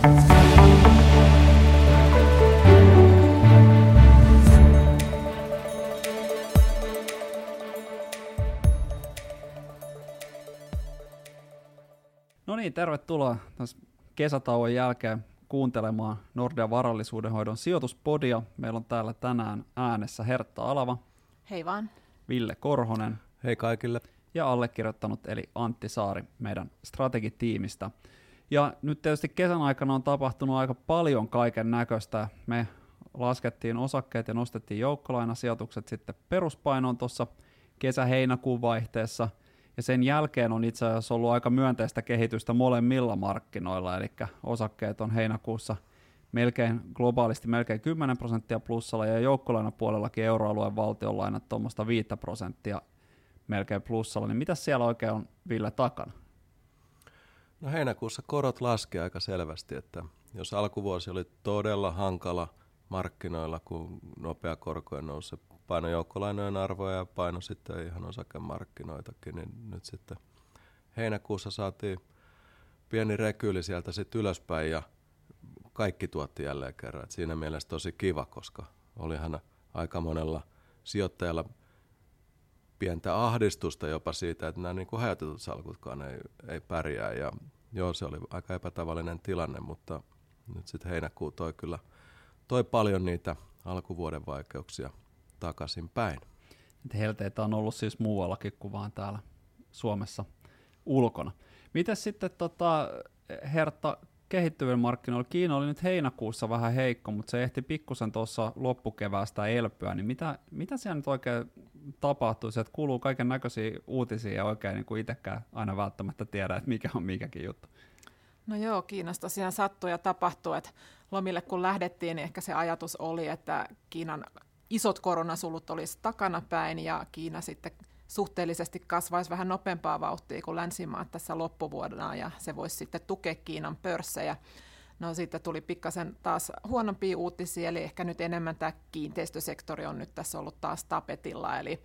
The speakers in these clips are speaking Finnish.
No niin, tervetuloa tässä kesätauon jälkeen kuuntelemaan Nordean varallisuudenhoidon sijoituspodia. Meillä on täällä tänään äänessä Hertta Alava. Hei vaan. Ville Korhonen. Hei kaikille. Ja allekirjoittanut eli Antti Saari meidän strategitiimistä. Ja nyt tietysti kesän aikana on tapahtunut aika paljon kaiken näköistä. Me laskettiin osakkeet ja nostettiin joukkolainasijoitukset sitten peruspainoon tuossa kesä-heinäkuun vaihteessa. Ja sen jälkeen on itse asiassa ollut aika myönteistä kehitystä molemmilla markkinoilla, eli osakkeet on heinäkuussa globaalisti melkein 10% plussalla, ja joukkolainapuolellakin euroalueen valtionlainat tuommoista 5% melkein plussalla. Niin mitä siellä oikein on, Ville, takana? No heinäkuussa korot laski aika selvästi, että jos alkuvuosi oli todella hankala markkinoilla, kun nopea korkojen nousu paino joukkolainojen arvoja ja paino sitten ihan osakemarkkinoitakin, niin nyt sitten heinäkuussa saatiin pieni rekyyli sieltä sitten ylöspäin ja kaikki tuotti jälleen kerran. Et siinä mielessä tosi kiva, koska olihan aika monella sijoittajalla pientä ahdistusta jopa siitä, että nämä niin kuin hajautetut salkutkaan ei pärjää. Ja joo, se oli aika epätavallinen tilanne, mutta nyt sitten heinäkuu toi paljon niitä alkuvuoden vaikeuksia takaisin päin. Helteitä on ollut siis muuallakin kuin vaan täällä Suomessa ulkona. Miten sitten Hertta, kehittyvien markkinoilla? Kiina oli nyt heinäkuussa vähän heikko, mutta se ehti pikkusen tuossa loppukeväästä elpyä. Niin mitä siellä nyt oikein tapahtui? Sieltä kuuluu kaiken näköisiä uutisia ja oikein niin kuin itsekään aina välttämättä tiedä, että mikä on mikäkin juttu. No joo, Kiinassa tosiaan sattui ja tapahtui, että lomille kun lähdettiin, niin ehkä se ajatus oli, että Kiinan isot koronasulut olisi takanapäin ja Kiina sitten suhteellisesti kasvaisi vähän nopeampaa vauhtia kuin länsimaat tässä loppuvuodena ja se voisi sitten tukea Kiinan pörssejä. No sitten tuli pikkasen taas huonompia uutisia, eli ehkä nyt enemmän tämä kiinteistösektori on nyt tässä ollut taas tapetilla, eli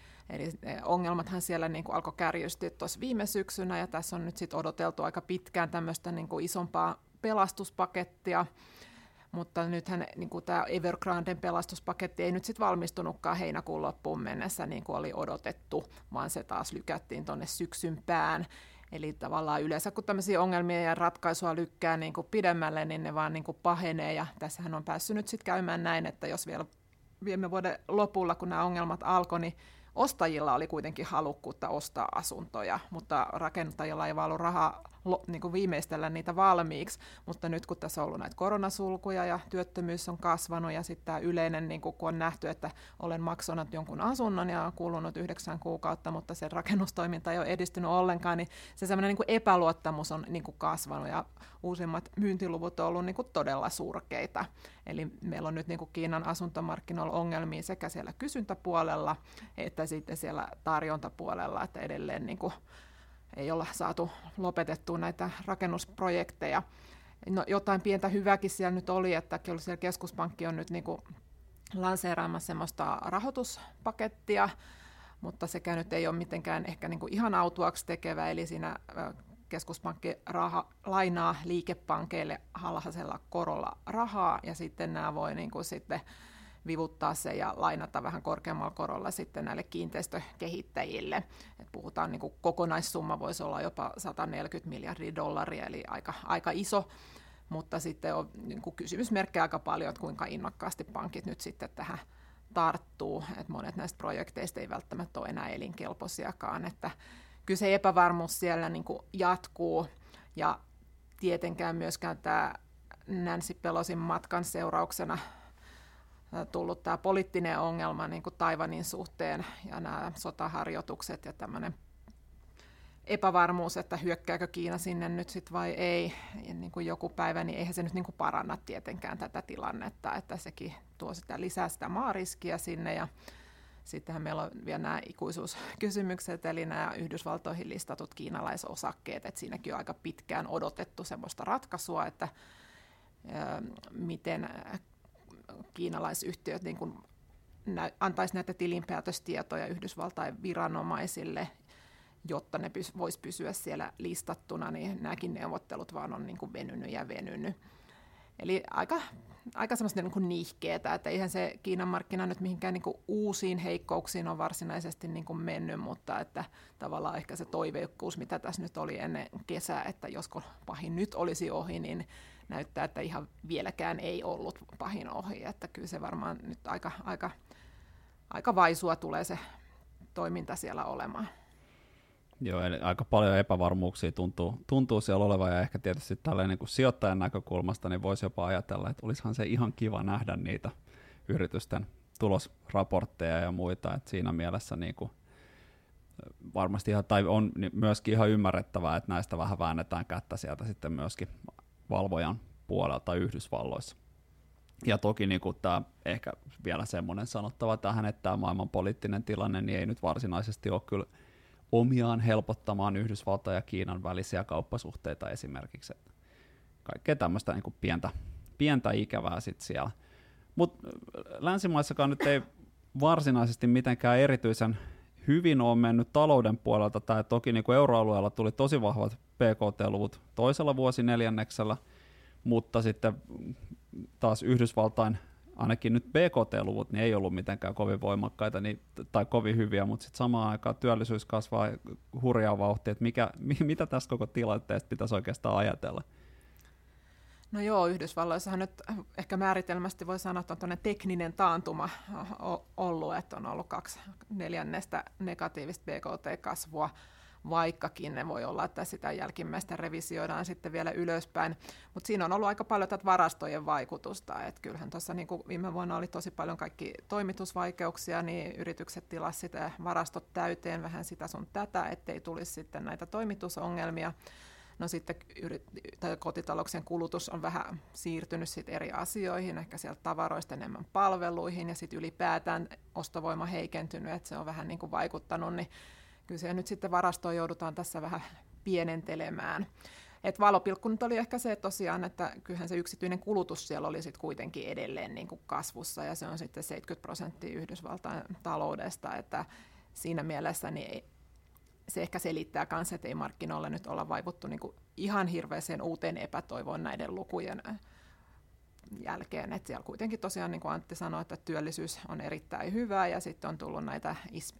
ongelmathan siellä niin kuin alkoi kärjistyä tuossa viime syksynä ja tässä on nyt sitten odoteltu aika pitkään tämmöistä niin kuin isompaa pelastuspakettia. Mutta nythän niin kuin tämä Evergranden pelastuspaketti ei nyt sitten valmistunutkaan heinäkuun loppuun mennessä niin kuin oli odotettu, vaan se taas lykättiin tuonne syksyn pään. Eli tavallaan yleensä kun tämmöisiä ongelmia ja ratkaisua lykkää niin kuin pidemmälle, niin ne vaan niin kuin pahenee. Ja tässähän on päässyt nyt sitten käymään näin, että jos vielä viime vuoden lopulla, kun nämä ongelmat alkoi, niin ostajilla oli kuitenkin halukkuutta ostaa asuntoja, mutta rakennuttajilla ei vaan ollut rahaa niin kuin viimeistellä niitä valmiiksi, mutta nyt kun tässä on ollut näitä koronasulkuja ja työttömyys on kasvanut ja sitten tämä yleinen, niin kun on nähty, että olen maksanut jonkun asunnon ja on kulunut 9 kuukautta, mutta se rakennustoiminta ei ole edistynyt ollenkaan, niin se sellainen niin kuin epäluottamus on niin kuin kasvanut ja uusimmat myyntiluvut on ollut niin kuin todella surkeita. Eli meillä on nyt niin kuin Kiinan asuntomarkkinoilla ongelmia sekä siellä kysyntäpuolella että sitten siellä tarjontapuolella, että edelleen niin kuin ei olla saatu lopetettua näitä rakennusprojekteja. No, jotain pientä hyvääkin siellä nyt oli, että kyllä siellä keskuspankki on nyt niin kuin lanseeraamassa semmoista rahoituspakettia, mutta sekään nyt ei ole mitenkään ehkä niin kuin ihan autuaksi tekevä, eli siinä keskuspankki lainaa liikepankeille alhaisella korolla rahaa, ja sitten nämä voi niin kuin sitten vivuttaa se ja lainata vähän korkeammalla korolla sitten näille kiinteistökehittäjille. Et puhutaan, niin kuin kokonaissumma voisi olla jopa 140 miljardia dollaria, eli aika iso, mutta sitten on niin kuin kysymysmerkkejä aika paljon, että kuinka innokkaasti pankit nyt sitten tähän tarttuu. Et monet näistä projekteista ei välttämättä ole enää elinkelpoisiakaan, että kyllä se epävarmuus siellä niin kuin jatkuu, ja tietenkään myöskään tämä Nancy Pelosin matkan seurauksena tullut tämä poliittinen ongelma niin kuin Taiwanin suhteen ja nämä sotaharjoitukset ja tämmöinen epävarmuus, että hyökkääkö Kiina sinne nyt sit vai ei, ja niin kuin joku päivä, niin eihän se nyt niin kuin paranna tietenkään tätä tilannetta, että sekin tuo lisää sitä maariskiä sinne, ja sittenhän meillä on vielä nämä ikuisuuskysymykset, eli nämä Yhdysvaltoihin listatut kiinalaisosakkeet, että siinäkin on aika pitkään odotettu semmoista ratkaisua, että miten kiinalaisyhtiöt niin kuin antaisi näitä tilinpäätöstietoja Yhdysvaltain viranomaisille, jotta ne vois pysyä siellä listattuna, niin nämäkin neuvottelut vaan on niin kuin venynyt. Eli aika semmoista niin kuin nihkeetä, että eihän se Kiinan markkina nyt mihinkään niin kuin uusiin heikkouksiin on varsinaisesti niin kuin mennyt, mutta että tavallaan ehkä se toiveikkuus, mitä tässä nyt oli ennen kesää, että josko pahin nyt olisi ohi, niin näyttää, että ihan vieläkään ei ollut pahin ohi, että kyllä se varmaan nyt aika vaisua tulee se toiminta siellä olemaan. Joo, eli aika paljon epävarmuuksia tuntuu siellä olevan, ja ehkä tietysti tälleen niin kuin sijoittajan näkökulmasta niin voisi jopa ajatella, että olisihan se ihan kiva nähdä niitä yritysten tulosraportteja ja muita, että siinä mielessä niin kuin varmasti tai on myöskin ihan ymmärrettävää, että näistä vähän väännetään kättä sieltä sitten myöskin valvojan puolelta Yhdysvalloissa. Ja toki niin kuin tämä ehkä vielä semmoinen sanottava tähän, että tämä maailmanpoliittinen tilanne niin ei nyt varsinaisesti ole kyllä omiaan helpottamaan Yhdysvaltain ja Kiinan välisiä kauppasuhteita esimerkiksi. Kaikkea tämmöistä niin kuin pientä ikävää sitten siellä. Mutta länsimaissakaan nyt ei varsinaisesti mitenkään erityisen hyvin ole mennyt talouden puolelta. Tämä toki niin kuin euroalueella tuli tosi vahvat PKT-luvut toisella vuosineljänneksellä, mutta sitten taas Yhdysvaltain ainakin nyt BKT-luvut niin ei ollut mitenkään kovin voimakkaita tai kovin hyviä, mutta sitten samaan aikaan työllisyys kasvaa hurjaa vauhtia, että mitä tästä koko tilanteesta pitäisi oikeastaan ajatella? No joo, Yhdysvalloissahan nyt ehkä määritelmästi voi sanoa, että on tuonne tekninen taantuma ollut, että on ollut 2/4 negatiivista BKT-kasvua, vaikkakin ne voi olla, että sitä jälkimmäistä revisioidaan sitten vielä ylöspäin. Mutta siinä on ollut aika paljon tätä varastojen vaikutusta. Et kyllähän tuossa niin kuin viime vuonna oli tosi paljon kaikki toimitusvaikeuksia, niin yritykset tilasivat sitä varastot täyteen vähän sitä sun tätä, ettei tulisi sitten näitä toimitusongelmia. No sitten kotitalouksien kulutus on vähän siirtynyt sitten eri asioihin, ehkä sieltä tavaroista enemmän palveluihin, ja sitten ylipäätään ostovoima heikentynyt, että se on vähän niin kuin vaikuttanut, niin kyllä se nyt sitten varastoon joudutaan tässä vähän pienentelemään. Et valopilkku nyt oli ehkä se tosiaan, että kyllähän se yksityinen kulutus siellä oli sitten kuitenkin edelleen niin kuin kasvussa, ja se on sitten 70% Yhdysvaltain taloudesta, että siinä mielessä niin se ehkä selittää myös, että ei markkinoilla nyt olla vaivuttu niin kuin ihan hirveäseen uuteen epätoivoon näiden lukujen jälkeen. Että siellä kuitenkin tosiaan, niin kuin Antti sanoi, että työllisyys on erittäin hyvä, ja sitten on tullut näitä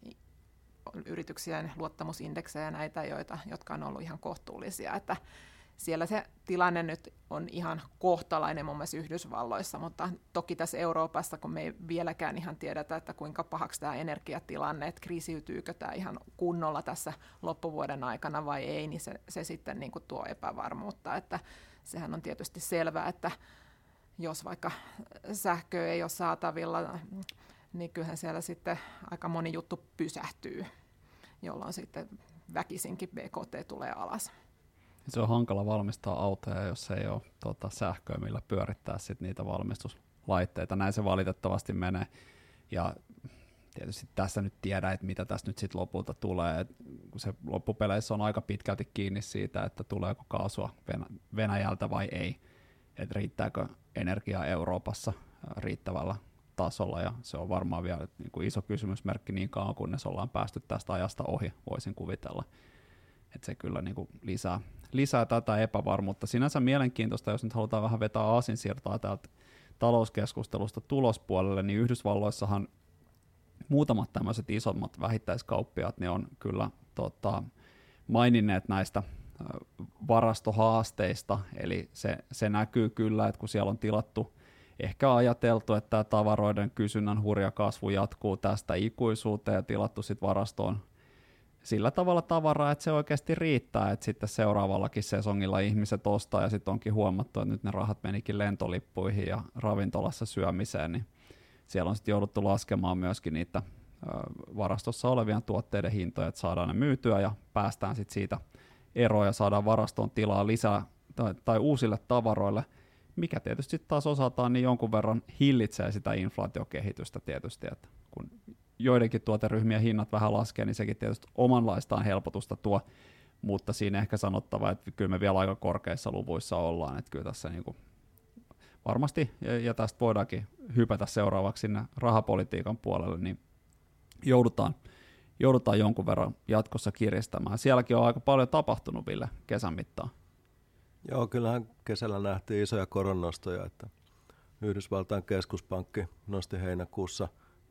yrityksien luottamusindeksejä näitä, jotka on ollut ihan kohtuullisia, että siellä se tilanne nyt on ihan kohtalainen mun mielestä Yhdysvalloissa, mutta toki tässä Euroopassa, kun me ei vieläkään ihan tiedetä, että kuinka pahaksi tämä energiatilanne, että kriisiytyykö tämä ihan kunnolla tässä loppuvuoden aikana vai ei, niin se sitten niin kuin tuo epävarmuutta, että sehän on tietysti selvää, että jos vaikka sähköä ei ole saatavilla, niin kyllähän siellä sitten aika moni juttu pysähtyy, jolloin sitten väkisinkin BKT tulee alas. Se on hankala valmistaa autoja, jos ei ole sähköä, millä pyörittää sit niitä valmistuslaitteita. Näin se valitettavasti menee. Ja tietysti tässä nyt tiedä, että mitä tässä nyt sit lopulta tulee. Kun se loppupeleissä on aika pitkälti kiinni siitä, että tuleeko kaasua Venäjältä vai ei. Että riittääkö energiaa Euroopassa riittävällä tasolla. Ja se on varmaan vielä niin kuin iso kysymysmerkki niin kauan, kunnes ollaan päästy tästä ajasta ohi, voisin kuvitella. Että se kyllä niin kuin lisää tätä epävarmuutta. Sinänsä mielenkiintoista, jos nyt halutaan vähän vetää aasinsiirtoa täältä talouskeskustelusta tulospuolelle, niin Yhdysvalloissahan muutamat tämmöiset isommat vähittäiskauppiaat ne on kyllä maininneet näistä varastohaasteista, eli se näkyy kyllä, että kun siellä on tilattu, ehkä ajateltu, että tämä tavaroiden kysynnän hurja kasvu jatkuu tästä ikuisuuteen ja tilattu sitten varastoon sillä tavalla tavaraa, että se oikeasti riittää, että sitten seuraavallakin sesongilla ihmiset ostaa ja sitten onkin huomattu, että nyt ne rahat menikin lentolippuihin ja ravintolassa syömiseen, niin siellä on sitten jouduttu laskemaan myöskin niitä varastossa olevien tuotteiden hintoja, että saadaan ne myytyä ja päästään sitten siitä eroon ja saadaan varastoon tilaa lisää tai uusille tavaroille, mikä tietysti taas osataan niin jonkun verran hillitsee sitä inflaatiokehitystä tietysti, että kun joidenkin tuoteryhmien hinnat vähän laskee, niin sekin tietysti omanlaistaan helpotusta tuo, mutta siinä ehkä sanottava, että kyllä me vielä aika korkeissa luvuissa ollaan, että kyllä tässä niin kuin varmasti, ja tästä voidaankin hypätä seuraavaksi sinne rahapolitiikan puolelle, niin joudutaan jonkun verran jatkossa kiristämään. Sielläkin on aika paljon tapahtunut, Ville, kesän mittaan. Joo, kyllähän kesällä nähtiin isoja koronnostoja, että Yhdysvaltain keskuspankki nosti heinäkuussa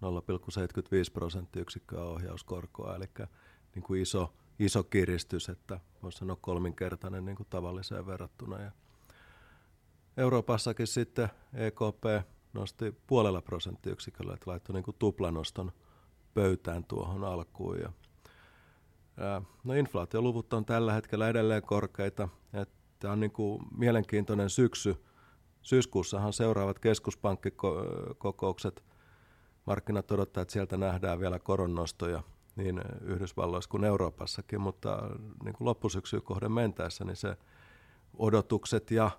0,75% ohjauskorkoa, eli niin kuin iso kiristys, että voisi sanoa kolminkertainen niin kuin tavalliseen verrattuna. Ja Euroopassakin sitten EKP nosti 0,5%, että laittoi niin kuin tuplanoston pöytään tuohon alkuun. No inflaatioluvut on tällä hetkellä edelleen korkeita. Tämä on niin kuin mielenkiintoinen syksy. Syyskuussahan seuraavat keskuspankkikokoukset. Markkinat odottaa, että sieltä nähdään vielä koronnostoja niin Yhdysvalloissa kuin Euroopassakin, mutta niin kuin loppusyksyyn kohden mentäessä, niin se odotukset ja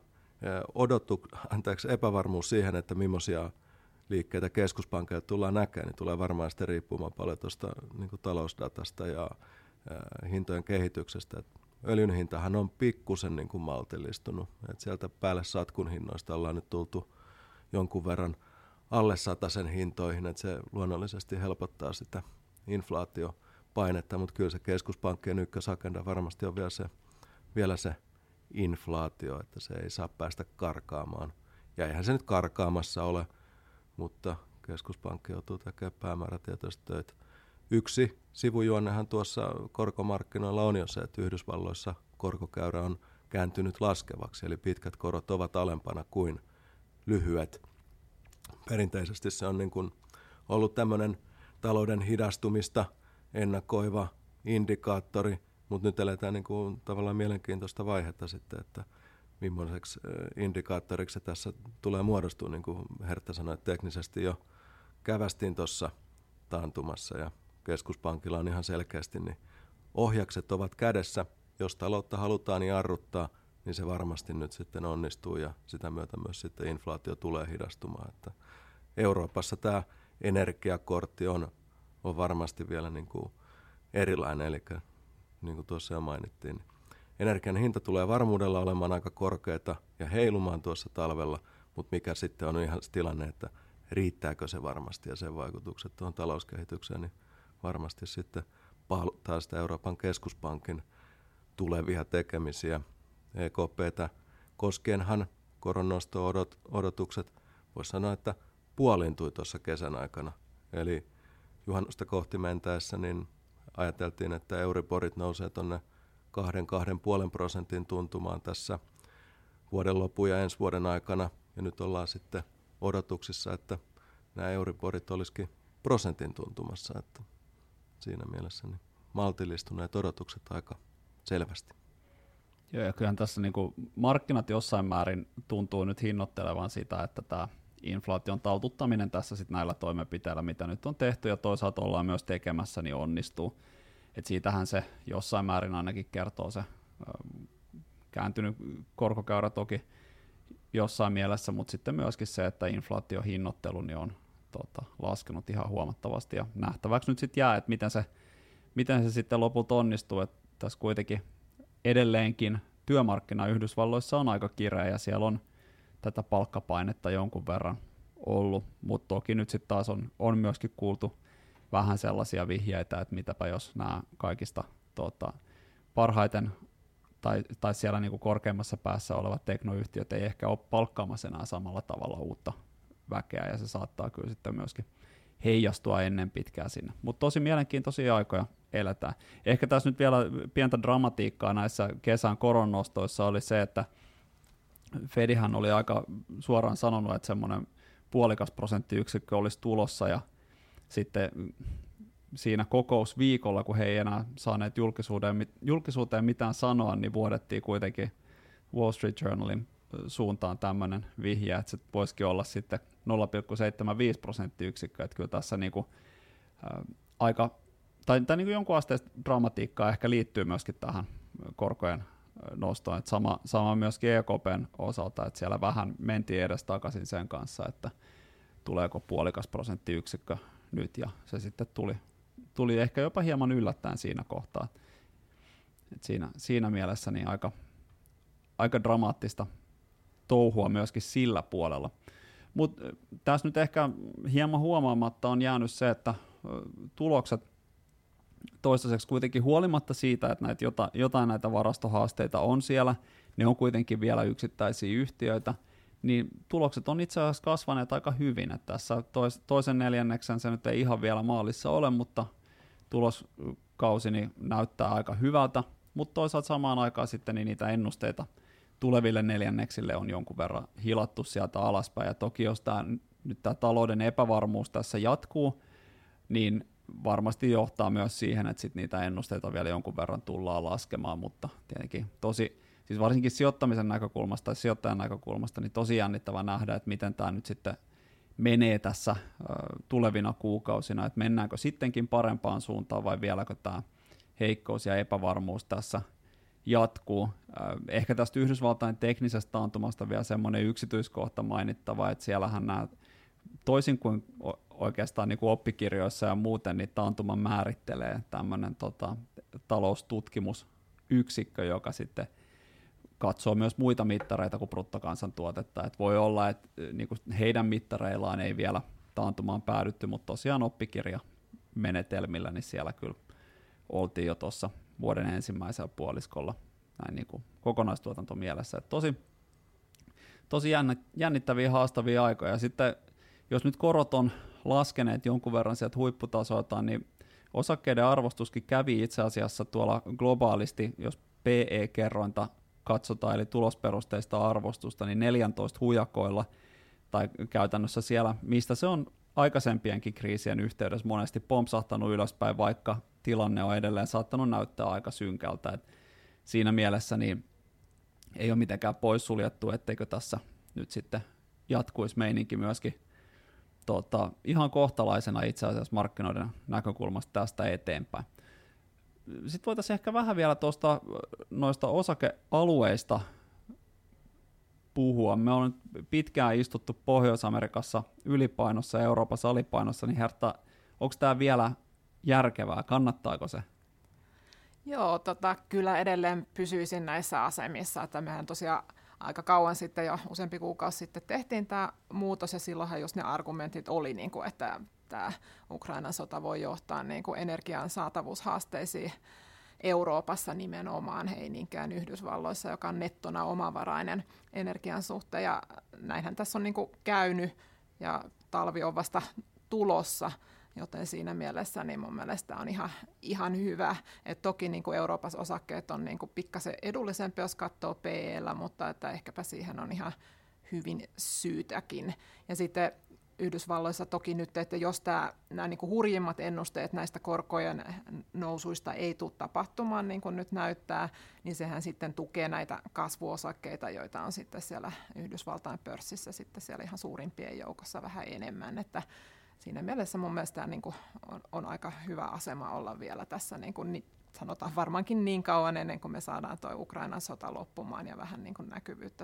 epävarmuus siihen, että millaisia liikkeitä keskuspankkeja tullaan näkemään, niin tulee varmaan sitten riippumaan paljon tuosta niin kuin talousdatasta ja hintojen kehityksestä. Et öljyn hintahan on pikkusen niin kuin maltillistunut. Et sieltä päälle satkun hinnoista ollaan nyt tultu jonkun verran alle 100 hintoihin, että se luonnollisesti helpottaa sitä inflaatiopainetta, mutta kyllä se keskuspankkien ykkösagenda varmasti on vielä se inflaatio, että se ei saa päästä karkaamaan. Ja eihän se nyt karkaamassa ole, mutta keskuspankki joutuu tekemään päämäärätietoisesti töitä. Yksi sivujuonnehan tuossa korkomarkkinoilla on jo se, että Yhdysvalloissa korkokäyrä on kääntynyt laskevaksi, eli pitkät korot ovat alempana kuin lyhyet. Perinteisesti se on niin kuin ollut tämmöinen talouden hidastumista ennakoiva indikaattori, mutta nyt eletään niin kuin tavallaan mielenkiintoista vaihetta sitten, että millaiseksi indikaattoriksi se tässä tulee muodostua, niin kuin Hertta sanoi, että teknisesti jo kävästiin tuossa taantumassa ja keskuspankilla on ihan selkeästi, niin ohjakset ovat kädessä. Jos taloutta halutaan jarruttaa, niin se varmasti nyt sitten onnistuu ja sitä myötä myös sitten inflaatio tulee hidastumaan. Että Euroopassa tämä energiakortti on varmasti vielä niin kuin erilainen, eli niin kuin tuossa jo mainittiin, niin energian hinta tulee varmuudella olemaan aika korkeata ja heilumaan tuossa talvella, mutta mikä sitten on ihan tilanne, että riittääkö se varmasti ja sen vaikutukset tuohon talouskehitykseen, niin varmasti sitten paaluttaa sitä Euroopan keskuspankin tulevia tekemisiä. EKP:tä koskenhan koronnosto-odotukset, voisi sanoa, että puoliintui tuossa kesän aikana. Eli juhannusta kohti mentäessä niin ajateltiin, että Euriborit nousee tuonne 2-2,5% tuntumaan tässä vuoden lopun ja ensi vuoden aikana. Ja nyt ollaan sitten odotuksissa, että nämä Euriborit olisikin prosentin tuntumassa. Että siinä mielessä niin maltillistuneet odotukset aika selvästi. Joo, ja kyllähän tässä niin kuin markkinat jossain määrin tuntuu nyt hinnoittelevan sitä, että tämä inflaation taltuttaminen tässä sit näillä toimenpiteillä, mitä nyt on tehty ja toisaalta ollaan myös tekemässä, niin onnistuu. Et siitähän se jossain määrin ainakin kertoo se kääntynyt korkokäyrä toki jossain mielessä, mutta sitten myöskin se, että inflaatiohinnoittelu niin on laskenut ihan huomattavasti ja nähtäväksi nyt sitten jää, että miten se sitten lopulta onnistuu, että tässä kuitenkin edelleenkin työmarkkina Yhdysvalloissa on aika kireä ja siellä on tätä palkkapainetta jonkun verran ollut, mutta toki nyt sitten taas on myöskin kuultu vähän sellaisia vihjeitä, että mitäpä jos nämä kaikista parhaiten tai siellä niinku korkeimmassa päässä olevat teknoyhtiöt ei ehkä ole palkkaamassa enää samalla tavalla uutta väkeä ja se saattaa kyllä sitten myöskin heijastua ennen pitkää sinne. Mutta tosi mielenkiintoisia aikoja eletään. Ehkä tässä nyt vielä pientä dramatiikkaa näissä kesän koronnostoissa oli se, että Fedihän oli aika suoraan sanonut, että semmoinen 0,5% olisi tulossa ja sitten siinä kokousviikolla, kun he ei enää saaneet julkisuuteen mitään sanoa, niin vuodettiin kuitenkin Wall Street Journalin suuntaan tämmöinen vihje, että se voisikin olla sitten 0,75%, että kyllä tässä niinku, aika, tai niinku jonkun asteista dramatiikkaa ehkä liittyy myöskin tähän korkojen nostoon, että sama myöskin EKPn osalta, että siellä vähän mentiin edes takaisin sen kanssa, että tuleeko 0,5% nyt, ja se sitten tuli ehkä jopa hieman yllättäen siinä kohtaa. Et siinä mielessä niin aika dramaattista touhua myöskin sillä puolella. Mutta tässä nyt ehkä hieman huomaamatta on jäänyt se, että tulokset toistaiseksi kuitenkin huolimatta siitä, että jotain näitä varastohaasteita on siellä, ne on kuitenkin vielä yksittäisiä yhtiöitä, niin tulokset on itse asiassa kasvaneet aika hyvin. Että tässä toisen neljänneksen se nyt ei ihan vielä maalissa ole, mutta tuloskausi niin näyttää aika hyvältä, mutta toisaalta samaan aikaan sitten niin niitä ennusteita tuleville neljänneksille on jonkun verran hilattu sieltä alaspäin, ja toki jos nyt tämä talouden epävarmuus tässä jatkuu, niin varmasti johtaa myös siihen, että sit niitä ennusteita vielä jonkun verran tullaan laskemaan, mutta tietenkin siis varsinkin sijoittamisen näkökulmasta tai sijoittajan näkökulmasta, niin tosi jännittävä nähdä, että miten tämä nyt sitten menee tässä tulevina kuukausina, että mennäänkö sittenkin parempaan suuntaan vai vieläkö tämä heikkous ja epävarmuus tässä jatkuu. Ehkä tästä Yhdysvaltain teknisestä taantumasta vielä semmoinen yksityiskohta mainittava, että siellähän nämä, toisin kuin oikeastaan niin kuin oppikirjoissa ja muuten, niin taantuman määrittelee tämmöinen taloustutkimusyksikkö, joka sitten katsoo myös muita mittareita kuin bruttokansantuotetta. Et voi olla, että niin kuin heidän mittareillaan ei vielä taantumaan päädytty, mutta tosiaan oppikirjamenetelmillä, niin siellä kyllä oltiin jo tuossa vuoden ensimmäisellä puoliskolla näin niin kuin kokonaistuotanto mielessä. Et tosi jännittäviä, haastavia aikoja. Ja sitten jos nyt korot on laskeneet jonkun verran sieltä huipputasoiltaan, niin osakkeiden arvostuskin kävi itse asiassa tuolla globaalisti, jos PE-kerrointa katsotaan, eli tulosperusteista arvostusta, niin 14 hujakoilla, tai käytännössä siellä, mistä se on aikaisempienkin kriisien yhteydessä monesti pompsahtanut ylöspäin, vaikka tilanne on edelleen saattanut näyttää aika synkältä. Et siinä mielessä niin ei ole mitenkään poissuljettu, etteikö tässä nyt sitten jatkuisi meininki myöskin ihan kohtalaisena itse asiassa markkinoiden näkökulmasta tästä eteenpäin. Sitten voitaisiin ehkä vähän vielä noista osakealueista puhua. Me on nyt pitkään istuttu Pohjois-Amerikassa ylipainossa ja Euroopassa alipainossa, niin Hertta, onko tämä vielä järkevää? Kannattaako se? Joo, kyllä edelleen pysyisin näissä asemissa, että mehän tosiaan aika kauan sitten, jo useampi kuukausi sitten tehtiin tämä muutos, ja silloinhan just ne argumentit oli, niin kuin, että tämä Ukrainan sota voi johtaa niin kuin energian saatavuushaasteisiin Euroopassa nimenomaan, ei niinkään Yhdysvalloissa, joka on nettona omavarainen energian suhteen, ja näinhän tässä on niin kuin käynyt, ja talvi on vasta tulossa, joten siinä mielessä niin mun mielestä on ihan hyvä. Et toki niin kuin Euroopassa osakkeet on niin kuin pikkasen edullisempi, jos katsoo PE:llä, mutta että ehkäpä siihen on hyvin syytäkin. Ja sitten Yhdysvalloissa toki nyt, että jos nämä niin kuin hurjimmat ennusteet näistä korkojen nousuista ei tule tapahtumaan, niin kuin nyt näyttää, niin sehän sitten tukee näitä kasvuosakkeita, joita on sitten siellä Yhdysvaltain pörssissä sitten siellä ihan suurimpien joukossa vähän enemmän, että siinä mielessä mun mielestä niin kuin on aika hyvä asema olla vielä tässä, niin kuin sanotaan varmaankin niin kauan ennen kuin me saadaan tuo Ukrainan sota loppumaan ja vähän niin kuin näkyvyyttä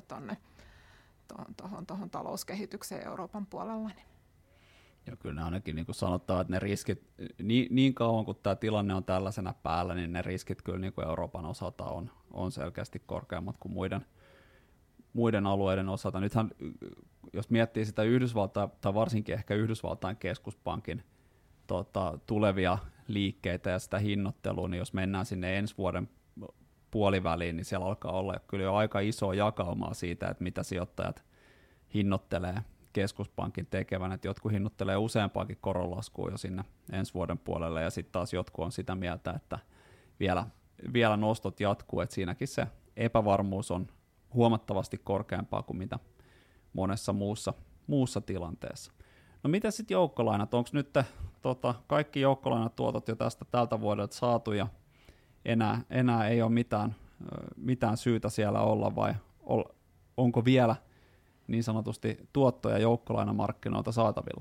tuohon talouskehitykseen Euroopan puolella. Ja kyllä ainakin niin kuin sanotaan, että ne riskit, niin kauan kuin tämä tilanne on tällaisena päällä, niin ne riskit kyllä niin kuin Euroopan osalta on selkeästi korkeammat kuin muiden alueiden osalta. Nythän, jos miettii sitä Yhdysvaltain, tai varsinkin ehkä Yhdysvaltain keskuspankin tulevia liikkeitä ja sitä hinnoittelua, niin jos mennään sinne ensi vuoden puoliväliin, niin siellä alkaa olla kyllä jo aika iso jakaumaa siitä, että mitä sijoittajat hinnoittelee keskuspankin tekevän, että jotkut hinnoittelee useampaakin koronlaskua jo sinne ensi vuoden puolelle, ja sitten taas jotkut on sitä mieltä, että vielä nostot jatkuu, että siinäkin se epävarmuus on huomattavasti korkeampaa kuin mitä monessa muussa tilanteessa. No mitä sitten joukkolainat? Onko nyt kaikki joukkolainatuotot jo tältä vuodelta saatu ja enää ei ole mitään syytä siellä olla, vai onko vielä niin sanotusti tuottoja joukkolainamarkkinoilta saatavilla?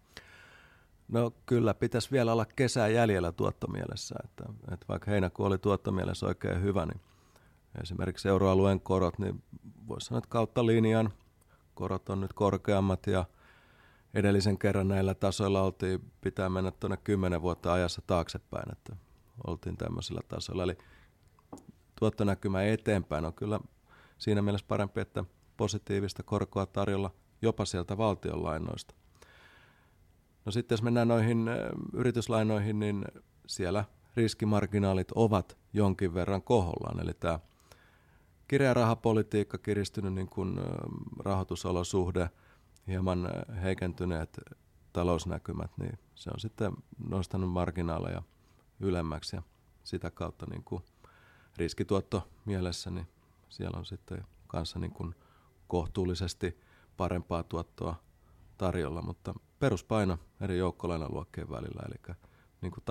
No kyllä, pitäisi vielä olla kesää jäljellä tuottomielessä, että vaikka heinäkuu oli tuottomielessä oikein hyvä, niin esimerkiksi euroalueen korot, niin voisi sanoa, että kautta linjan korot on nyt korkeammat, ja edellisen kerran näillä tasoilla pitää mennä tuonne 10 vuotta ajassa taaksepäin, että oltiin tämmöisillä tasoilla. Eli tuottonäkymä eteenpäin on kyllä siinä mielessä parempi, että positiivista korkoa tarjolla jopa sieltä valtionlainoista. No sitten jos mennään noihin yrityslainoihin, niin siellä riskimarginaalit ovat jonkin verran kohollaan. Eli tämä kireä rahapolitiikka, kiristynyt niin kuin rahoitusolosuhde, hieman heikentyneet talousnäkymät, niin se on sitten nostanut marginaaleja ylemmäksi ja sitä kautta niin kuin riskituotto mielessä, niin siellä on sitten kanssa niin kuin kohtuullisesti parempaa tuottoa tarjolla, mutta peruspaino eri joukkolainaluokkien välillä, eli niin kuin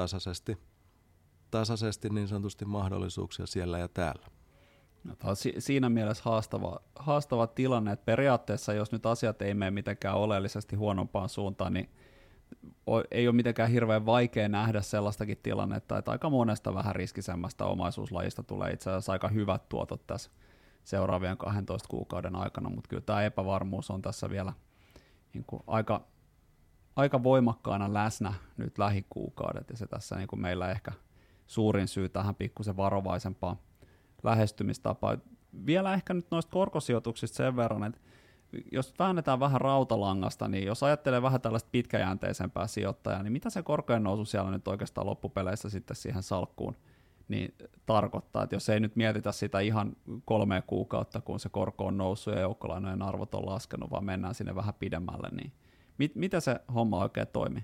tasaisesti niin sanotusti mahdollisuuksia siellä ja täällä. No, tämä on siinä mielessä haastava tilanne, että periaatteessa jos nyt asiat ei mene mitenkään oleellisesti huonompaan suuntaan, niin ei ole mitenkään hirveän vaikea nähdä sellaistakin tilannetta, että aika monesta vähän riskisemmästä omaisuuslajista tulee itse asiassa aika hyvät tuotot tässä seuraavien 12 kuukauden aikana, mutta kyllä tämä epävarmuus on tässä vielä niin kuin aika voimakkaana läsnä nyt lähikuukaudet, ja se tässä niin kuin meillä ehkä suurin syy tähän pikkusen varovaisempaan lähestymistapaan. Vielä ehkä nyt noista korkosijoituksista sen verran, että jos väännetään vähän rautalangasta, niin jos ajattelee vähän tällaista pitkäjänteisempää sijoittajaa, niin mitä se korkojen nousu siellä nyt oikeastaan loppupeleissä sitten siihen salkkuun niin tarkoittaa, että jos ei nyt mietitä sitä ihan 3 kuukautta, kun se korko on noussut ja joukkolainojen arvot on laskenut, vaan mennään sinne vähän pidemmälle, niin mitä se homma oikein toimii?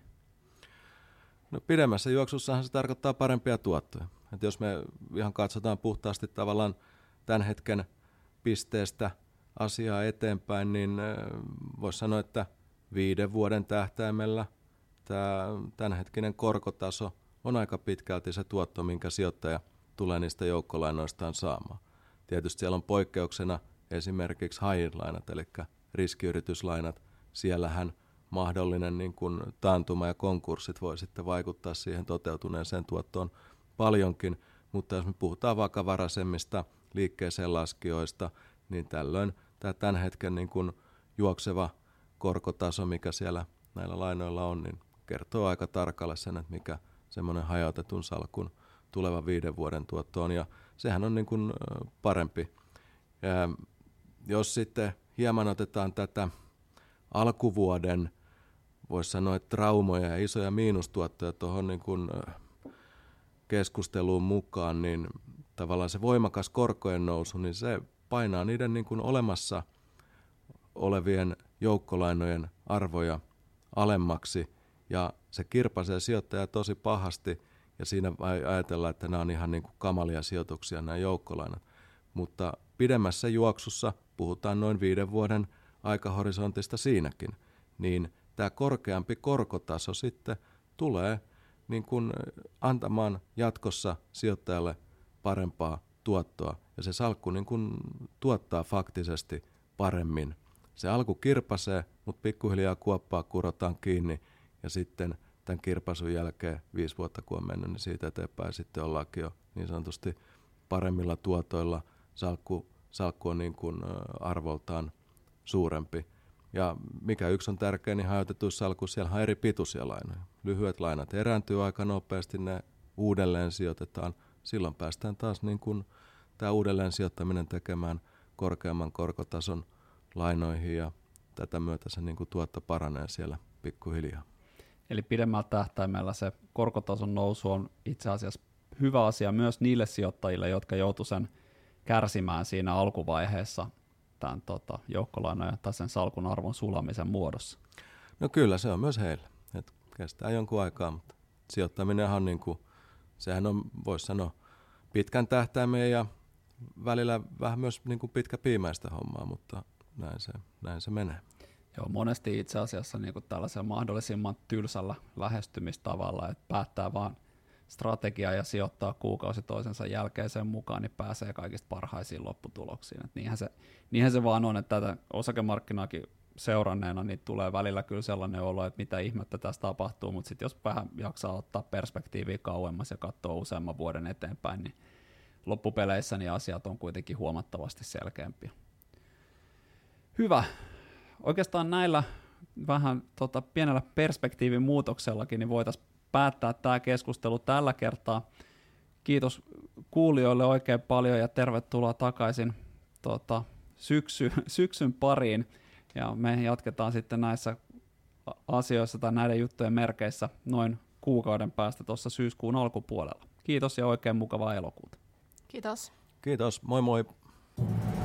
No pidemmässä juoksussahan se tarkoittaa parempia tuottoja. Et jos me ihan katsotaan puhtaasti tavallaan tämän hetken pisteestä asiaa eteenpäin, niin voisi sanoa, että 5 vuoden tähtäimellä tämä tämänhetkinen korkotaso on aika pitkälti se tuotto, minkä sijoittaja tulee niistä joukkolainoistaan saamaan. Tietysti siellä on poikkeuksena esimerkiksi high-lainat, eli riskiyrityslainat. Siellähän mahdollinen niin kuin taantuma ja konkurssit voi sitten vaikuttaa siihen toteutuneeseen tuottoon paljonkin, mutta jos me puhutaan vakavaraisemmista liikkeeseen laskijoista, niin tällöin tämä tämän hetken niin kuin juokseva korkotaso, mikä siellä näillä lainoilla on, niin kertoo aika tarkalle sen, että mikä semmoinen hajautetun salkun tuleva 5 vuoden tuotto on, ja sehän on niin kuin parempi. Ja jos sitten hieman otetaan tätä alkuvuoden, voisi sanoa, että traumoja ja isoja miinustuottoja tuohon niin kuin keskusteluun mukaan, niin tavallaan se voimakas korkojen nousu, niin se painaa niiden niin kuin olemassa olevien joukkolainojen arvoja alemmaksi, ja se kirpaisee sijoittajaa tosi pahasti, ja siinä ajatellaan, että nämä on ihan niin kuin kamalia sijoituksia nämä joukkolainat. Mutta pidemmässä juoksussa, puhutaan noin 5 vuoden aikahorisontista siinäkin, niin tämä korkeampi korkotaso sitten tulee niin kuin antamaan jatkossa sijoittajalle parempaa tuottoa, ja se salkku niin kuin tuottaa faktisesti paremmin. Se alku kirpasee, mutta pikkuhiljaa kuoppaa kurotaan kiinni, ja sitten tämän kirpaisun jälkeen 5 vuotta kun on mennyt, niin siitä eteenpäin sitten ollaankin jo niin sanotusti paremmilla tuotoilla. Salkku on niin kuin arvoltaan suurempi. Ja mikä yksi on tärkeä, niin hajautetuissa salkuissa siellä on eri pituisia lainoja. Lyhyet lainat erääntyy aika nopeasti, ne uudelleen sijoitetaan. Silloin päästään taas niin kuin tämä uudelleen sijoittaminen tekemään korkeamman korkotason lainoihin, ja tätä myötä se niin kuin tuotto paranee siellä pikkuhiljaa. Eli pidemmällä tähtäimellä se korkotason nousu on itse asiassa hyvä asia myös niille sijoittajille, jotka joutuivat sen kärsimään siinä alkuvaiheessa tämän joukkolainojen tai sen salkun arvon sulamisen muodossa. No kyllä, se on myös heille. Et kestää jonkun aikaa, mutta sijoittaminenhan niin kuin, sehän on, voisi sanoa, pitkän tähtäimen ja välillä vähän myös niin kuin pitkäpiimäistä hommaa, mutta näin se menee. Joo, monesti itse asiassa niin kuin tällaisella mahdollisimman tylsällä lähestymistavalla, että päättää vaan strategiaa ja sijoittaa kuukausi toisensa jälkeen sen mukaan, niin pääsee kaikista parhaisiin lopputuloksiin. Et niinhän se vaan on, että tätä osakemarkkinaakin seuranneena niin tulee välillä kyllä sellainen olo, että mitä ihmettä tässä tapahtuu, mutta sitten jos vähän jaksaa ottaa perspektiiviä kauemmas ja katsoa useamman vuoden eteenpäin, niin loppupeleissä niin asiat on kuitenkin huomattavasti selkeämpiä. Hyvä. Oikeastaan näillä vähän pienellä perspektiivin muutoksellakin niin voitaisiin päättää tämä keskustelu tällä kertaa. Kiitos kuulijoille oikein paljon ja tervetuloa takaisin syksyn pariin. Ja me jatketaan sitten näissä asioissa tai näiden juttujen merkeissä noin kuukauden päästä tuossa syyskuun alkupuolella. Kiitos ja oikein mukavaa elokuuta. Kiitos. Kiitos, moi moi.